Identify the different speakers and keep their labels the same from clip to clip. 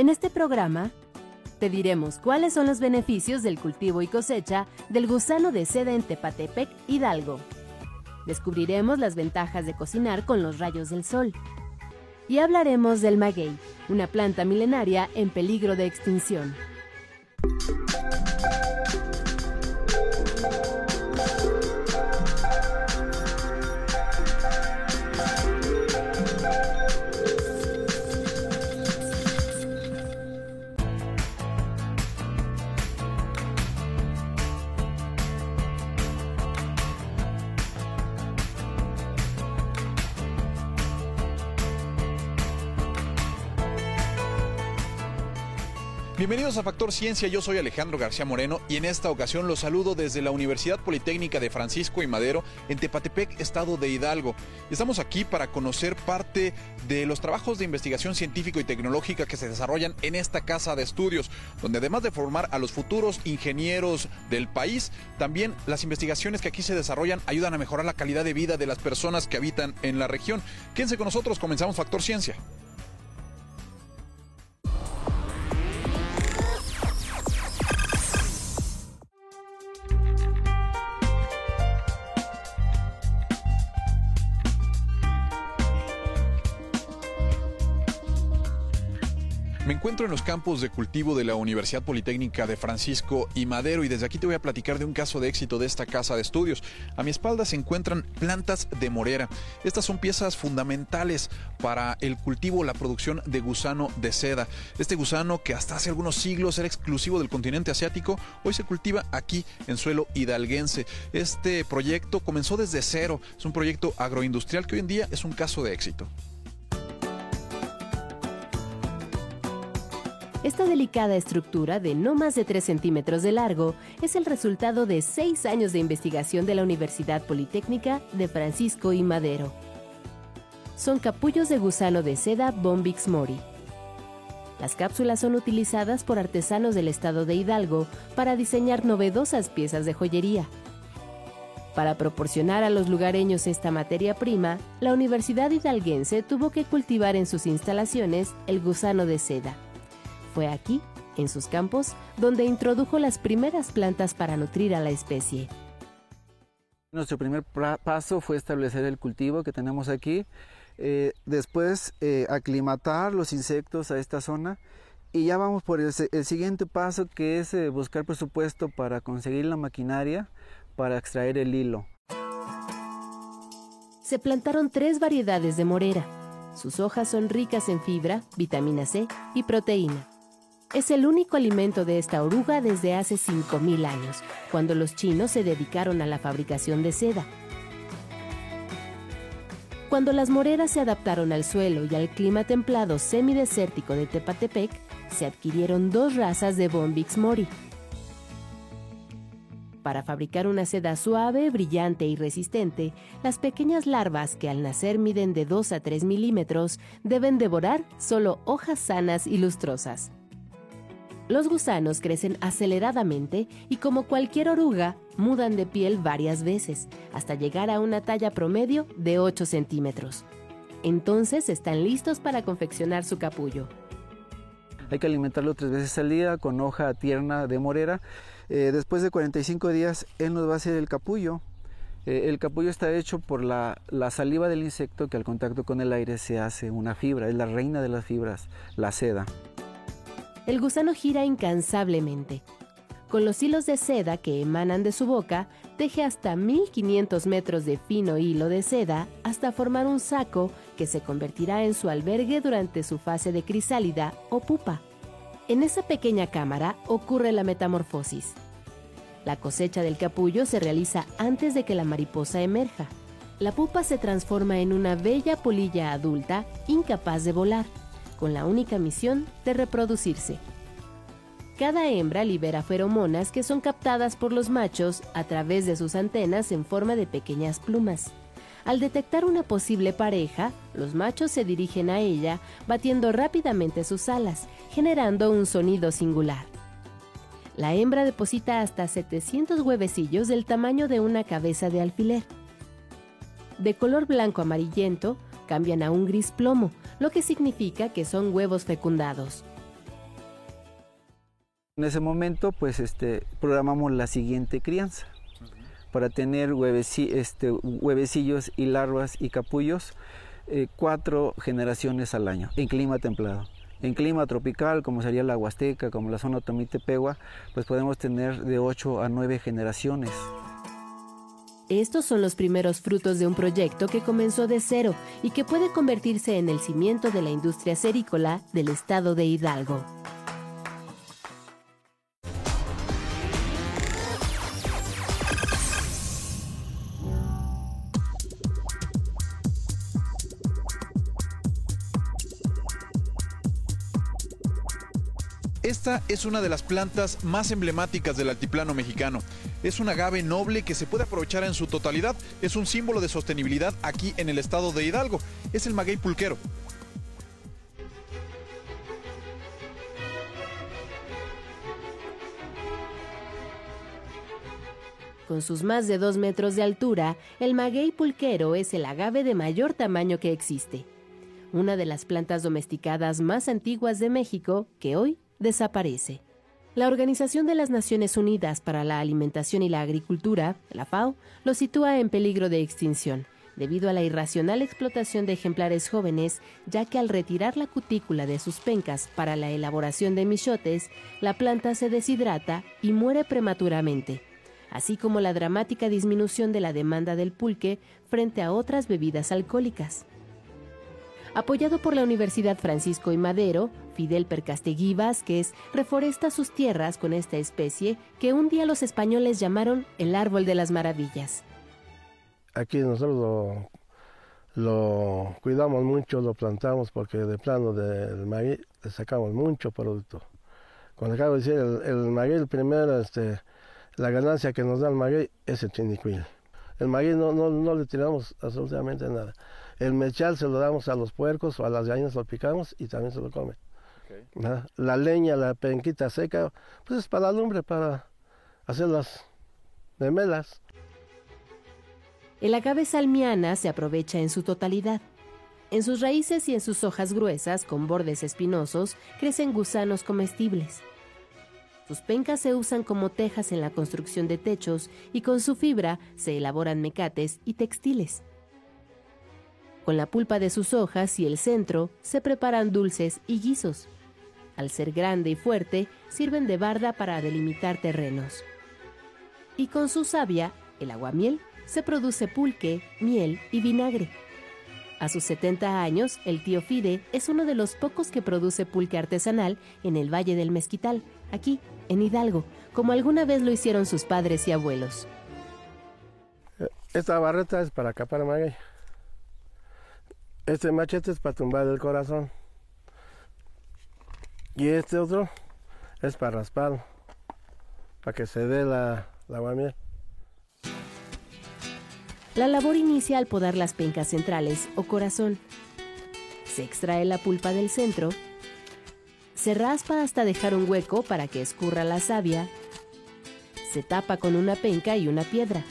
Speaker 1: En este programa, te diremos cuáles son los beneficios del cultivo y cosecha del gusano de seda en Tepatepec, Hidalgo. Descubriremos las ventajas de cocinar con los rayos del sol. Y hablaremos del maguey, una planta milenaria en peligro de extinción.
Speaker 2: Bienvenidos a Factor Ciencia, yo soy Alejandro García Moreno y en esta ocasión los saludo desde la Universidad Politécnica de Francisco y Madero en Tepatepec, estado de Hidalgo. Estamos aquí para conocer parte de los trabajos de investigación científico y tecnológica que se desarrollan en esta casa de estudios, donde además de formar a los futuros ingenieros del país, también las investigaciones que aquí se desarrollan ayudan a mejorar la calidad de vida de las personas que habitan en la región. Quédense con nosotros, comenzamos Factor Ciencia. Me encuentro en los campos de cultivo de la Universidad Politécnica de Francisco y Madero y desde aquí te voy a platicar de un caso de éxito de esta casa de estudios. A mi espalda se encuentran plantas de morera. Estas son piezas fundamentales para el cultivo o la producción de gusano de seda. Este gusano, que hasta hace algunos siglos era exclusivo del continente asiático, hoy se cultiva aquí en suelo hidalguense. Este proyecto comenzó desde cero. Es un proyecto agroindustrial que hoy en día es un caso de éxito.
Speaker 1: Esta delicada estructura de no más de 3 centímetros de largo es el resultado de 6 años de investigación de la Universidad Politécnica de Francisco y Madero. Son capullos de gusano de seda Bombyx mori. Las cápsulas son utilizadas por artesanos del estado de Hidalgo para diseñar novedosas piezas de joyería. Para proporcionar a los lugareños esta materia prima, la Universidad Hidalguense tuvo que cultivar en sus instalaciones el gusano de seda. Fue aquí, en sus campos, donde introdujo las primeras plantas para nutrir a la especie.
Speaker 3: Nuestro primer paso fue establecer el cultivo que tenemos aquí, después aclimatar los insectos a esta zona y ya vamos por el siguiente paso, que es buscar presupuesto para conseguir la maquinaria para extraer el hilo.
Speaker 1: Se plantaron 3 variedades de morera. Sus hojas son ricas en fibra, vitamina C y proteína. Es el único alimento de esta oruga desde hace 5.000 años, cuando los chinos se dedicaron a la fabricación de seda. Cuando las moreras se adaptaron al suelo y al clima templado semidesértico de Tepatepec, se adquirieron 2 razas de Bombyx mori. Para fabricar una seda suave, brillante y resistente, las pequeñas larvas, que al nacer miden de 2 a 3 milímetros, deben devorar solo hojas sanas y lustrosas. Los gusanos crecen aceleradamente y, como cualquier oruga, mudan de piel varias veces, hasta llegar a una talla promedio de 8 centímetros. Entonces están listos para confeccionar su capullo.
Speaker 3: Hay que alimentarlo 3 veces al día con hoja tierna de morera. Después de 45 días, él nos va a hacer el capullo. El capullo está hecho por la saliva del insecto, que al contacto con el aire se hace una fibra. Es la reina de las fibras, la seda.
Speaker 1: El gusano gira incansablemente. Con los hilos de seda que emanan de su boca, teje hasta 1.500 metros de fino hilo de seda hasta formar un saco que se convertirá en su albergue durante su fase de crisálida o pupa. En esa pequeña cámara ocurre la metamorfosis. La cosecha del capullo se realiza antes de que la mariposa emerja. La pupa se transforma en una bella polilla adulta incapaz de volar, con la única misión de reproducirse. Cada hembra libera feromonas que son captadas por los machos a través de sus antenas en forma de pequeñas plumas. Al detectar una posible pareja, los machos se dirigen a ella batiendo rápidamente sus alas, generando un sonido singular. La hembra deposita hasta 700 huevecillos del tamaño de una cabeza de alfiler. De color blanco amarillento, cambian a un gris plomo, lo que significa que son huevos fecundados.
Speaker 3: En ese momento, pues programamos la siguiente crianza para tener huevecillos y larvas y capullos 4 generaciones al año en clima templado. En clima tropical, como sería la Huasteca, como la zona Tomite-Pegua, pues podemos tener de 8 a 9 generaciones.
Speaker 1: Estos son los primeros frutos de un proyecto que comenzó de cero y que puede convertirse en el cimiento de la industria cerícola del estado de Hidalgo.
Speaker 2: Esta es una de las plantas más emblemáticas del altiplano mexicano. Es un agave noble que se puede aprovechar en su totalidad. Es un símbolo de sostenibilidad aquí en el estado de Hidalgo. Es el maguey pulquero.
Speaker 1: Con sus más de 2 metros de altura, el maguey pulquero es el agave de mayor tamaño que existe. Una de las plantas domesticadas más antiguas de México que hoy desaparece. La Organización de las Naciones Unidas para la Alimentación y la Agricultura, la FAO, lo sitúa en peligro de extinción, debido a la irracional explotación de ejemplares jóvenes, ya que al retirar la cutícula de sus pencas para la elaboración de michotes, la planta se deshidrata y muere prematuramente, así como la dramática disminución de la demanda del pulque frente a otras bebidas alcohólicas. Apoyado por la Universidad Francisco y Madero, Fidel Percastegui Vázquez reforesta sus tierras con esta especie que un día los españoles llamaron el árbol de las maravillas.
Speaker 4: Aquí nosotros lo cuidamos mucho, lo plantamos porque de plano del maguey le sacamos mucho producto. Cuando acabo de decir el maguey, el primero, la ganancia que nos da el maguey es el chinicuil. El maguey no le tiramos absolutamente nada. El mechal se lo damos a los puercos o a las gallinas, lo picamos y también se lo comen. Okay. La leña, la penquita seca, pues es para la lumbre, para hacer las memelas.
Speaker 1: El agave salmiana se aprovecha en su totalidad. En sus raíces y en sus hojas gruesas, con bordes espinosos, crecen gusanos comestibles. Sus pencas se usan como tejas en la construcción de techos y con su fibra se elaboran mecates y textiles. Con la pulpa de sus hojas y el centro se preparan dulces y guisos. Al ser grande y fuerte, sirven de barda para delimitar terrenos. Y con su savia, el aguamiel, se produce pulque, miel y vinagre. A sus 70 años, el tío Fide es uno de los pocos que produce pulque artesanal en el Valle del Mezquital, aquí, en Hidalgo, como alguna vez lo hicieron sus padres y abuelos.
Speaker 4: Esta barreta es para capar maguey. Este machete es para tumbar el corazón. Y este otro es para raspar, para que se dé la aguamiel.
Speaker 1: La labor inicia al podar las pencas centrales o corazón. Se extrae la pulpa del centro, se raspa hasta dejar un hueco para que escurra la savia, se tapa con una penca y una piedra.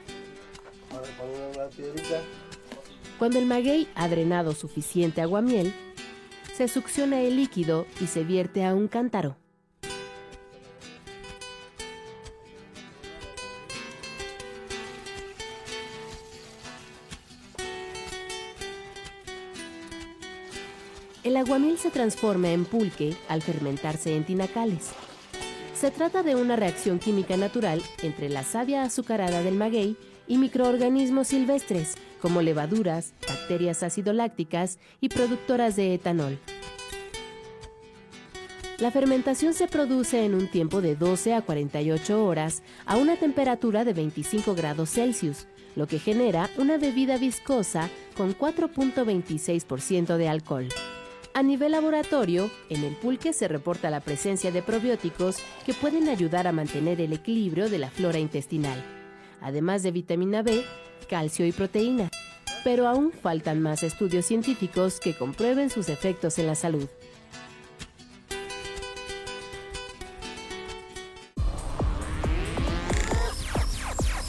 Speaker 1: Cuando el maguey ha drenado suficiente aguamiel, se succiona el líquido y se vierte a un cántaro. El aguamiel se transforma en pulque al fermentarse en tinacales. Se trata de una reacción química natural entre la savia azucarada del maguey y microorganismos silvestres, como levaduras, bacterias acidolácticas y productoras de etanol. La fermentación se produce en un tiempo de 12 a 48 horas a una temperatura de 25 grados Celsius, lo que genera una bebida viscosa con 4.26% de alcohol. A nivel laboratorio, en el pulque se reporta la presencia de probióticos que pueden ayudar a mantener el equilibrio de la flora intestinal, además de vitamina B, calcio y proteínas. Pero aún faltan más estudios científicos que comprueben sus efectos en la salud.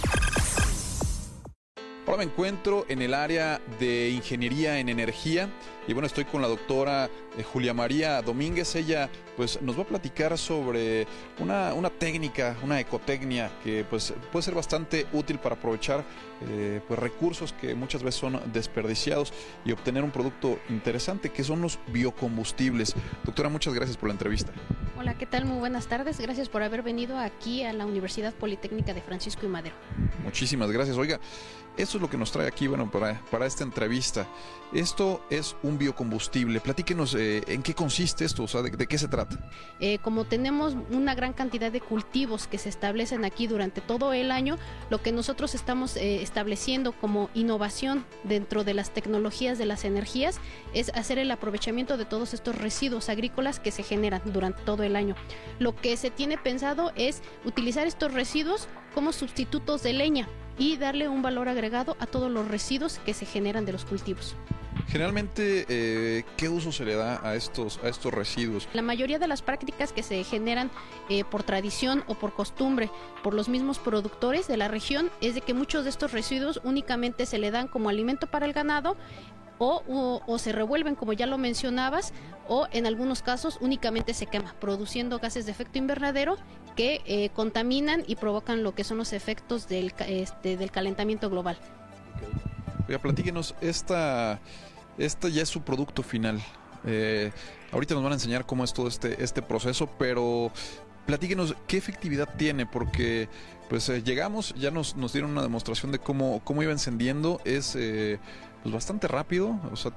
Speaker 2: Ahora me encuentro en el área de ingeniería en energía Y bueno, estoy con la doctora Julia María Domínguez. Ella pues nos va a platicar sobre una técnica, una ecotecnia que pues puede ser bastante útil para aprovechar pues recursos que muchas veces son desperdiciados y obtener un producto interesante que son los biocombustibles. Doctora, muchas gracias por la entrevista.
Speaker 5: Hola, ¿qué tal? Muy buenas tardes. Gracias por haber venido aquí a la Universidad Politécnica de Francisco y Madero.
Speaker 2: Muchísimas gracias. Oiga, esto es lo que nos trae aquí, bueno, para esta entrevista. Esto es un biocombustible. Platíquenos en qué consiste esto, o sea, de qué se trata.
Speaker 5: Como tenemos una gran cantidad de cultivos que se establecen aquí durante todo el año, lo que nosotros estamos estableciendo como innovación dentro de las tecnologías de las energías es hacer el aprovechamiento de todos estos residuos agrícolas que se generan durante todo el año. Lo que se tiene pensado es utilizar estos residuos como sustitutos de leña y darle un valor agregado a todos los residuos que se generan de los cultivos.
Speaker 2: Generalmente, ¿qué uso se le da a estos residuos?
Speaker 5: La mayoría de las prácticas que se generan por tradición o por costumbre por los mismos productores de la región es de que muchos de estos residuos únicamente se le dan como alimento para el ganado o se revuelven, como ya lo mencionabas, o en algunos casos únicamente se quema, produciendo gases de efecto invernadero que contaminan y provocan lo que son los efectos del calentamiento global.
Speaker 2: Oiga, platíquenos, esta ya es su producto final. Ahorita nos van a enseñar cómo es todo este proceso, pero platíquenos qué efectividad tiene, porque pues llegamos, ya nos dieron una demostración de cómo iba encendiendo. Es pues bastante rápido, o sea,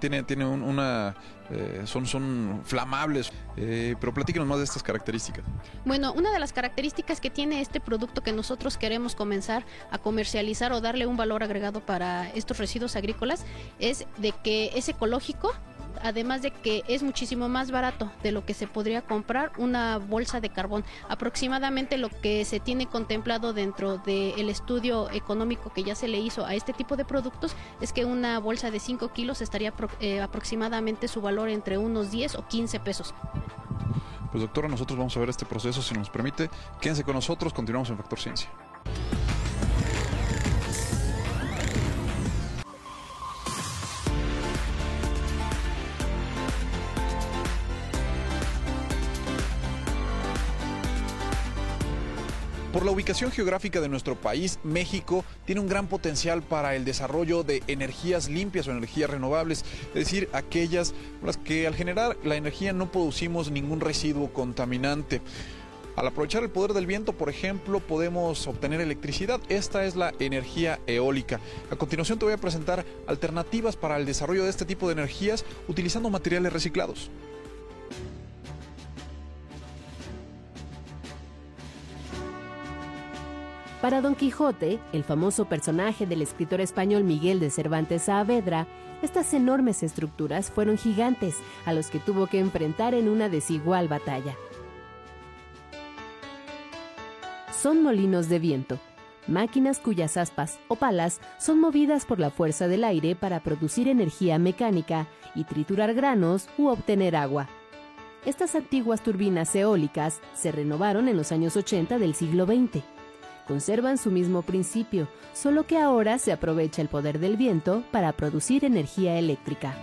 Speaker 2: son flamables, pero platíquenos más de estas características.
Speaker 5: Bueno, una de las características que tiene este producto que nosotros queremos comenzar a comercializar o darle un valor agregado para estos residuos agrícolas es de que es ecológico, además de que es muchísimo más barato de lo que se podría comprar una bolsa de carbón. Aproximadamente lo que se tiene contemplado dentro del estudio económico que ya se le hizo a este tipo de productos es que una bolsa de 5 kilos estaría aproximadamente su valor entre unos 10 o 15 pesos.
Speaker 2: Pues doctora, nosotros vamos a ver este proceso, si nos permite. Quédense con nosotros, continuamos en Factor Ciencia. Por la ubicación geográfica de nuestro país, México tiene un gran potencial para el desarrollo de energías limpias o energías renovables, es decir, aquellas con las que al generar la energía no producimos ningún residuo contaminante. Al aprovechar el poder del viento, por ejemplo, podemos obtener electricidad. Esta es la energía eólica. A continuación te voy a presentar alternativas para el desarrollo de este tipo de energías utilizando materiales reciclados.
Speaker 1: Para Don Quijote, el famoso personaje del escritor español Miguel de Cervantes Saavedra, estas enormes estructuras fueron gigantes a los que tuvo que enfrentar en una desigual batalla. Son molinos de viento, máquinas cuyas aspas o palas son movidas por la fuerza del aire para producir energía mecánica y triturar granos u obtener agua. Estas antiguas turbinas eólicas se renovaron en los años 80 del siglo XX. Conservan su mismo principio, solo que ahora se aprovecha el poder del viento para producir energía eléctrica.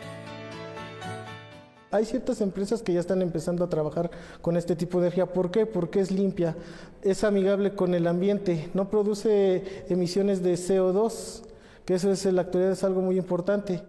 Speaker 6: Hay ciertas empresas que ya están empezando a trabajar con este tipo de energía. ¿Por qué? Porque es limpia, es amigable con el ambiente, no produce emisiones de CO2, que eso en la actualidad es algo muy importante.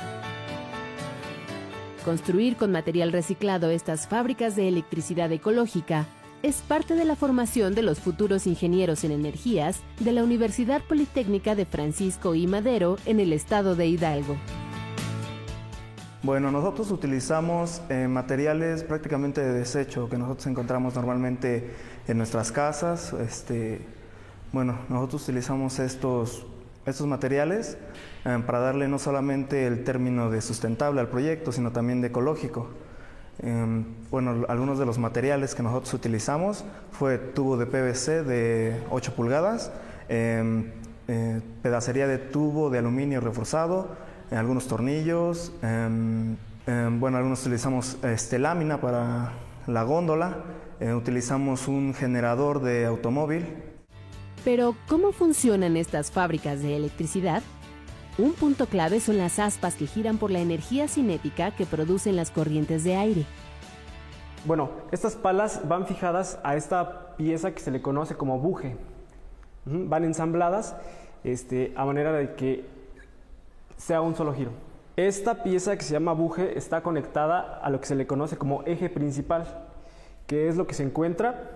Speaker 1: Construir con material reciclado estas fábricas de electricidad ecológica es parte de la formación de los futuros ingenieros en energías de la Universidad Politécnica de Francisco y Madero en el estado de Hidalgo.
Speaker 7: Bueno, nosotros utilizamos materiales prácticamente de desecho que nosotros encontramos normalmente en nuestras casas. Nosotros utilizamos estos materiales para darle no solamente el término de sustentable al proyecto, sino también de ecológico. Algunos de los materiales que nosotros utilizamos fue tubo de PVC de 8 pulgadas, pedacería de tubo de aluminio reforzado, algunos tornillos, algunos utilizamos lámina para la góndola, utilizamos un generador de automóvil.
Speaker 1: Pero, ¿cómo funcionan estas fábricas de electricidad? Un punto clave son las aspas que giran por la energía cinética que producen las corrientes de aire.
Speaker 8: Bueno, estas palas van fijadas a esta pieza que se le conoce como buje. Van ensambladas a manera de que sea un solo giro. Esta pieza que se llama buje está conectada a lo que se le conoce como eje principal, que es lo que se encuentra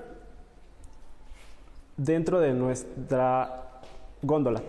Speaker 8: dentro de nuestra góndola.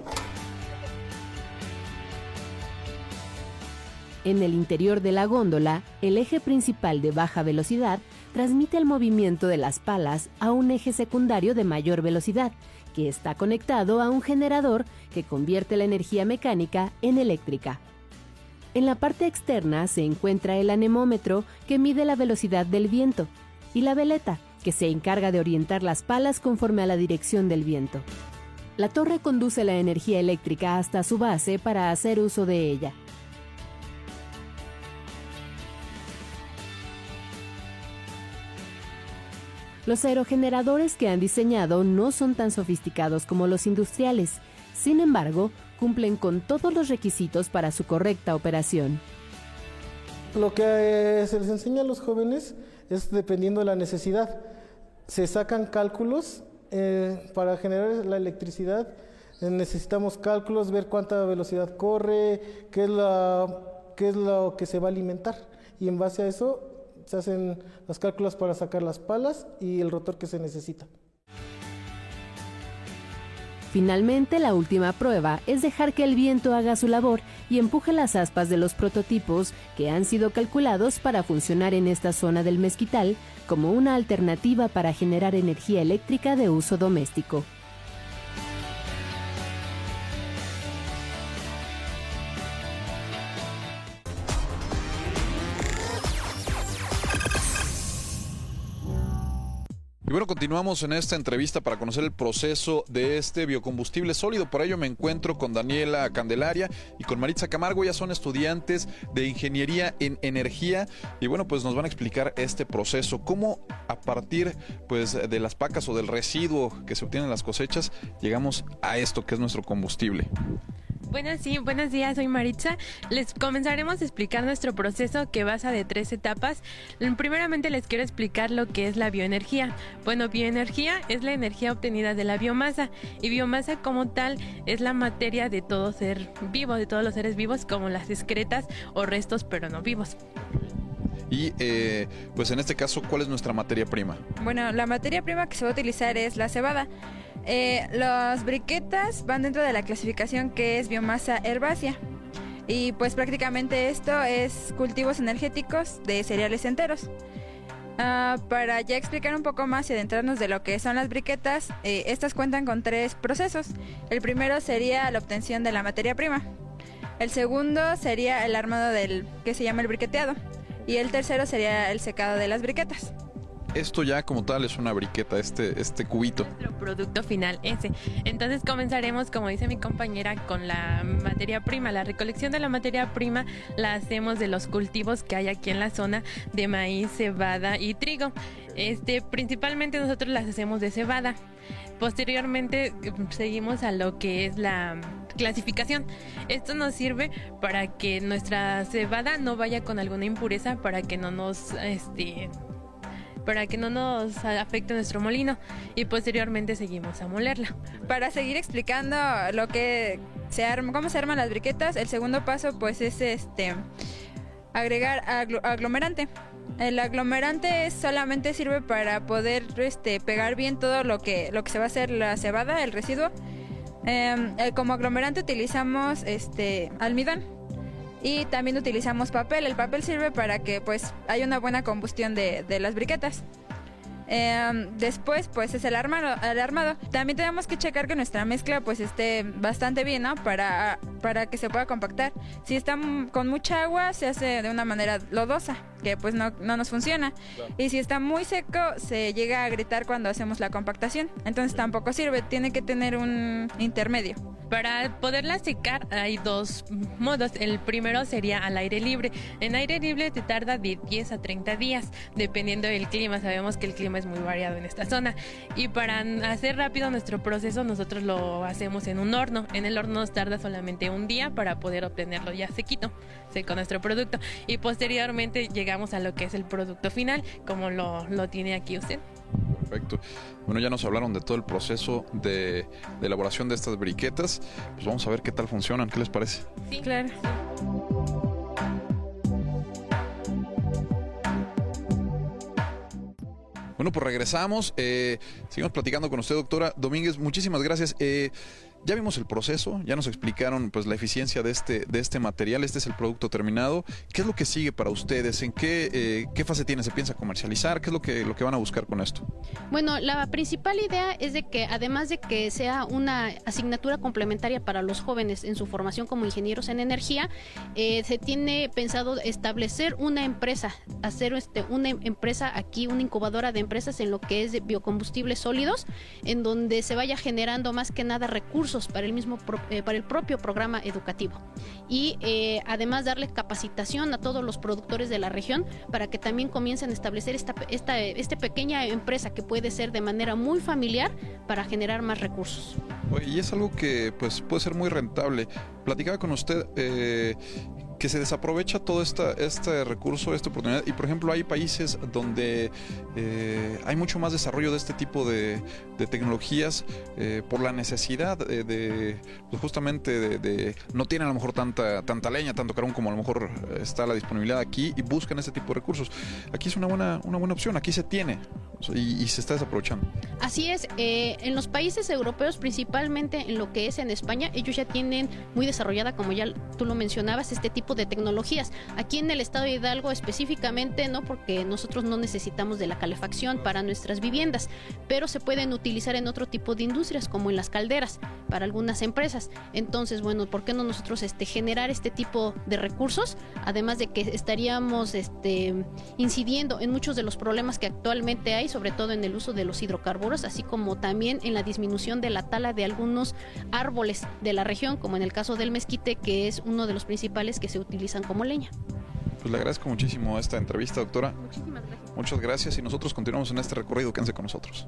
Speaker 1: En el interior de la góndola, el eje principal de baja velocidad transmite el movimiento de las palas a un eje secundario de mayor velocidad, que está conectado a un generador que convierte la energía mecánica en eléctrica. En la parte externa se encuentra el anemómetro, que mide la velocidad del viento, y la veleta, que se encarga de orientar las palas conforme a la dirección del viento. La torre conduce la energía eléctrica hasta su base para hacer uso de ella. Los aerogeneradores que han diseñado no son tan sofisticados como los industriales. Sin embargo, cumplen con todos los requisitos para su correcta operación.
Speaker 6: Lo que se les enseña a los jóvenes es dependiendo de la necesidad. Se sacan cálculos para generar la electricidad. Necesitamos cálculos, ver cuánta velocidad corre, qué es lo que se va a alimentar. Y en base a eso se hacen los cálculos para sacar las palas y el rotor que se necesita.
Speaker 1: Finalmente, la última prueba es dejar que el viento haga su labor y empuje las aspas de los prototipos que han sido calculados para funcionar en esta zona del Mezquital como una alternativa para generar energía eléctrica de uso doméstico.
Speaker 2: Y bueno, continuamos en esta entrevista para conocer el proceso de este biocombustible sólido. Por ello me encuentro con Daniela Candelaria y con Maritza Camargo. Ellas son estudiantes de Ingeniería en Energía y bueno, pues nos van a explicar este proceso. Cómo a partir pues de las pacas o del residuo que se obtiene en las cosechas llegamos a esto que es nuestro combustible.
Speaker 9: Buenos días, soy Maritza. Les comenzaremos a explicar nuestro proceso que basa de 3 etapas. Primeramente les quiero explicar lo que es la bioenergía. Bueno, bioenergía es la energía obtenida de la biomasa y biomasa como tal es la materia de todo ser vivo, de todos los seres vivos como las excretas o restos pero no vivos.
Speaker 2: Y pues en este caso, ¿cuál es nuestra materia prima?
Speaker 10: Bueno, la materia prima que se va a utilizar es la cebada. Las briquetas van dentro de la clasificación que es biomasa herbácea y pues prácticamente esto es cultivos energéticos de cereales enteros. Para ya explicar un poco más y adentrarnos de lo que son las briquetas, estas cuentan con 3 procesos. El primero sería la obtención de la materia prima, el segundo sería el armado que se llama el briqueteado y el tercero sería el secado de las briquetas.
Speaker 2: Esto ya como tal es una briqueta, este cubito.
Speaker 9: Nuestro producto final ese. Entonces comenzaremos, como dice mi compañera, con la materia prima. La recolección de la materia prima la hacemos de los cultivos que hay aquí en la zona de maíz, cebada y trigo. Principalmente nosotros las hacemos de cebada. Posteriormente seguimos a lo que es la clasificación. Esto nos sirve para que nuestra cebada no vaya con alguna impureza, para que no nos afecte nuestro molino y posteriormente seguimos a molerla.
Speaker 10: Para seguir explicando cómo se arman las briquetas, el segundo paso pues es agregar aglomerante. El aglomerante solamente sirve para poder pegar bien todo lo que se va a hacer la cebada, el residuo. Como aglomerante utilizamos almidón. Y también utilizamos papel. El papel sirve para que pues haya una buena combustión de las briquetas. Después pues es el armado. También tenemos que checar que nuestra mezcla pues esté bastante bien, ¿no? Para que se pueda compactar. Si está con mucha agua se hace de una manera lodosa. que pues no nos funciona. Claro. Y si está muy seco, se llega a gritar cuando hacemos la compactación. Entonces tampoco sirve, tiene que tener un intermedio.
Speaker 9: Para poderla secar hay dos modos. El primero sería al aire libre. En aire libre te tarda de 10 a 30 días, dependiendo del clima. Sabemos que el clima es muy variado en esta zona. Y para hacer rápido nuestro proceso, nosotros lo hacemos en un horno. En el horno nos tarda solamente un día para poder obtenerlo ya seco nuestro producto. Y posteriormente llegamos a lo que es el producto final, como lo tiene aquí usted.
Speaker 2: Perfecto. Bueno, ya nos hablaron de todo el proceso de elaboración de estas briquetas. Pues vamos a ver qué tal funcionan. ¿Qué les parece?
Speaker 10: Sí, claro.
Speaker 2: Bueno, pues regresamos. Seguimos platicando con usted, doctora Domínguez. Muchísimas gracias. Ya vimos el proceso, ya nos explicaron pues la eficiencia de este material. Este es el producto terminado. ¿Qué es lo que sigue para ustedes? ¿En qué fase tiene? ¿Se piensa comercializar? ¿Qué es lo que van a buscar con esto?
Speaker 5: Bueno, la principal idea es de que además de que sea una asignatura complementaria para los jóvenes en su formación como ingenieros en energía, se tiene pensado establecer una empresa, hacer una empresa aquí, una incubadora de empresas en lo que es de biocombustibles sólidos, en donde se vaya generando más que nada recursos para el propio programa educativo y además darle capacitación a todos los productores de la región para que también comiencen a establecer esta pequeña empresa que puede ser de manera muy familiar para generar más recursos.
Speaker 2: Y es algo que pues puede ser muy rentable. Platicaba con usted que se desaprovecha todo este recurso, esta oportunidad, y por ejemplo hay países donde hay mucho más desarrollo de este tipo de tecnologías por la necesidad pues justamente no tienen a lo mejor tanta leña, tanto carbón como a lo mejor está la disponibilidad aquí, y buscan este tipo de recursos. Aquí es una buena opción, aquí se tiene y se está desaprovechando.
Speaker 5: Así es, en los países europeos, principalmente en lo que es en España, ellos ya tienen muy desarrollada, como ya tú lo mencionabas, este tipo de tecnologías. Aquí en el estado de Hidalgo específicamente no, porque nosotros no necesitamos de la calefacción para nuestras viviendas, pero se pueden utilizar en otro tipo de industrias, como en las calderas, para algunas empresas. Entonces, bueno, ¿por qué no nosotros generar este tipo de recursos? Además de que estaríamos incidiendo en muchos de los problemas que actualmente hay, sobre todo en el uso de los hidrocarburos, así como también en la disminución de la tala de algunos árboles de la región, como en el caso del mezquite, que es uno de los principales que se utilizan como leña.
Speaker 2: Pues le agradezco muchísimo esta entrevista, doctora.
Speaker 5: Muchísimas gracias.
Speaker 2: Muchas gracias, y nosotros continuamos en este recorrido. Quédense con nosotros.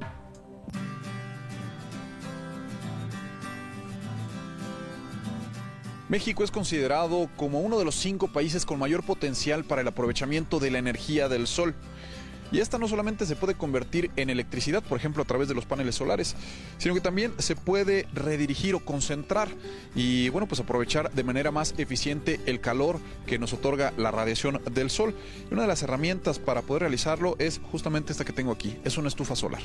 Speaker 2: México es considerado como uno de los 5 países con mayor potencial para el aprovechamiento de la energía del sol. Y esta no solamente se puede convertir en electricidad, por ejemplo, a través de los paneles solares, sino que también se puede redirigir o concentrar y, bueno, pues aprovechar de manera más eficiente el calor que nos otorga la radiación del sol. Y una de las herramientas para poder realizarlo es justamente esta que tengo aquí, es una estufa solar.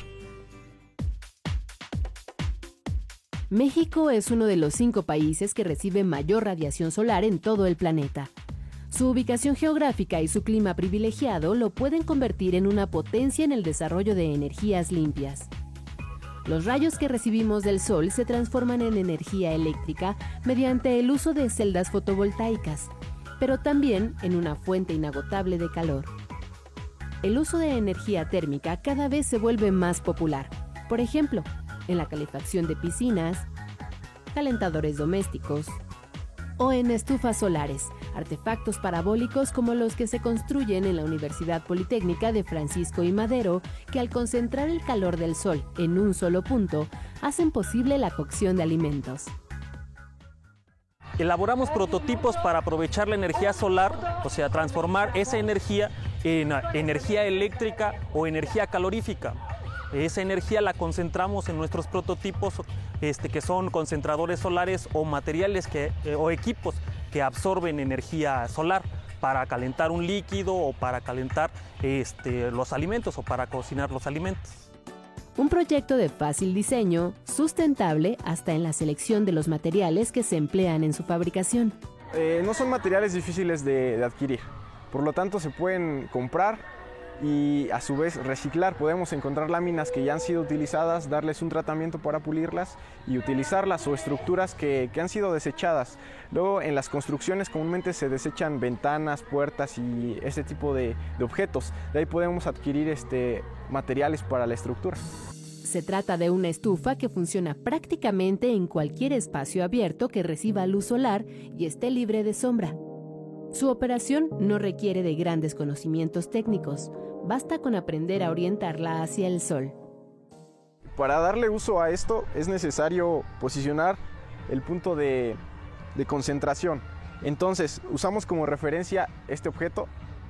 Speaker 1: México es uno de los 5 países que recibe mayor radiación solar en todo el planeta. Su ubicación geográfica y su clima privilegiado lo pueden convertir en una potencia en el desarrollo de energías limpias. Los rayos que recibimos del sol se transforman en energía eléctrica mediante el uso de celdas fotovoltaicas, pero también en una fuente inagotable de calor. El uso de energía térmica cada vez se vuelve más popular, por ejemplo, en la calefacción de piscinas, calentadores domésticos o en estufas solares, artefactos parabólicos como los que se construyen en la Universidad Politécnica de Francisco y Madero, que al concentrar el calor del sol en un solo punto, hacen posible la cocción de alimentos.
Speaker 11: Elaboramos prototipos para aprovechar la energía solar, o sea, transformar esa energía en energía eléctrica o energía calorífica. Esa energía la concentramos en nuestros prototipos, que son concentradores solares o materiales o equipos que absorben energía solar para calentar un líquido o para calentar los alimentos o para cocinar los alimentos.
Speaker 1: Un proyecto de fácil diseño, sustentable hasta en la selección de los materiales que se emplean en su fabricación.
Speaker 8: No son materiales difíciles de adquirir, por lo tanto se pueden comprar
Speaker 12: y a su vez reciclar. Podemos encontrar láminas que ya han sido utilizadas, darles un tratamiento para pulirlas y utilizarlas, o estructuras que han sido desechadas. Luego en las construcciones comúnmente se desechan ventanas, puertas y ese tipo de objetos. De ahí podemos adquirir materiales para la estructura.
Speaker 1: Se trata de una estufa que funciona prácticamente en cualquier espacio abierto que reciba luz solar y esté libre de sombra. Su operación no requiere de grandes conocimientos técnicos, basta con aprender a orientarla hacia el sol.
Speaker 12: Para darle uso a esto es necesario posicionar el punto de concentración. Entonces usamos como referencia este objeto,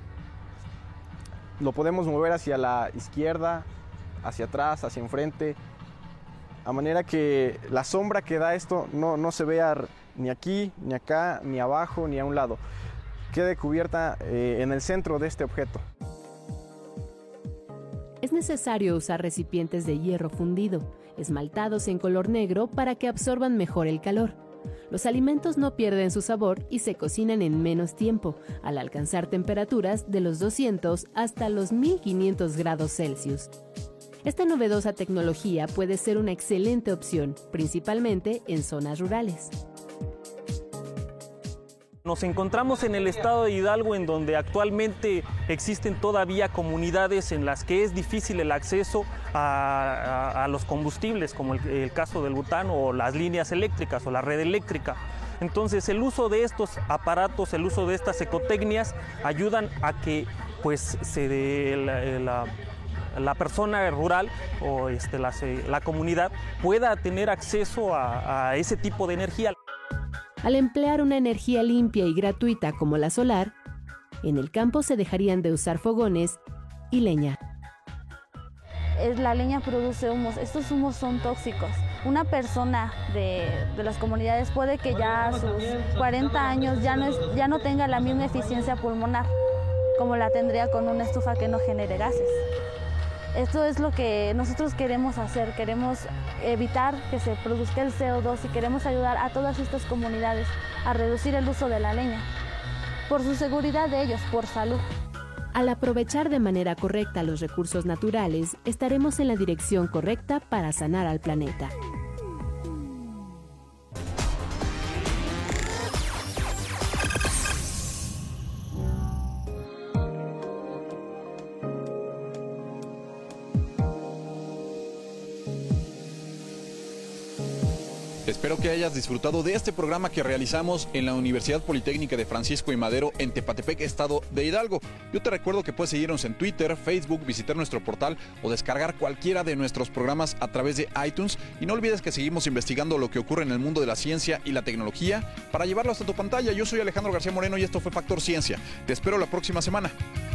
Speaker 12: lo podemos mover hacia la izquierda, hacia atrás, hacia enfrente, a manera que la sombra que da esto no se vea ni aquí, ni acá, ni abajo, ni a un lado. Quede cubierta en el centro de este objeto.
Speaker 1: Es necesario usar recipientes de hierro fundido, esmaltados en color negro para que absorban mejor el calor. Los alimentos no pierden su sabor y se cocinan en menos tiempo, al alcanzar temperaturas de los 200 hasta los 1500 grados Celsius. Esta novedosa tecnología puede ser una excelente opción, principalmente en zonas rurales.
Speaker 11: Nos encontramos en el estado de Hidalgo, en donde actualmente existen todavía comunidades en las que es difícil el acceso a los combustibles, como el caso del butano o las líneas eléctricas o la red eléctrica. Entonces el uso de estos aparatos, el uso de estas ecotecnias ayudan a que pues, la persona rural o la comunidad pueda tener acceso a ese tipo de energía.
Speaker 1: Al emplear una energía limpia y gratuita como la solar, en el campo se dejarían de usar fogones y leña.
Speaker 13: La leña produce humos, estos humos son tóxicos. Una persona de las comunidades puede que ya a sus 40 años ya no tenga la misma eficiencia pulmonar como la tendría con una estufa que no genere gases. Esto es lo que nosotros queremos hacer, queremos evitar que se produzca el CO2 y queremos ayudar a todas estas comunidades a reducir el uso de la leña, por su seguridad de ellos, por salud.
Speaker 1: Al aprovechar de manera correcta los recursos naturales, estaremos en la dirección correcta para sanar al planeta.
Speaker 2: Espero que hayas disfrutado de este programa que realizamos en la Universidad Politécnica de Francisco y Madero en Tepatepec, estado de Hidalgo. Yo te recuerdo que puedes seguirnos en Twitter, Facebook, visitar nuestro portal o descargar cualquiera de nuestros programas a través de iTunes. Y no olvides que seguimos investigando lo que ocurre en el mundo de la ciencia y la tecnología para llevarlo hasta tu pantalla. Yo soy Alejandro García Moreno y esto fue Factor Ciencia. Te espero la próxima semana.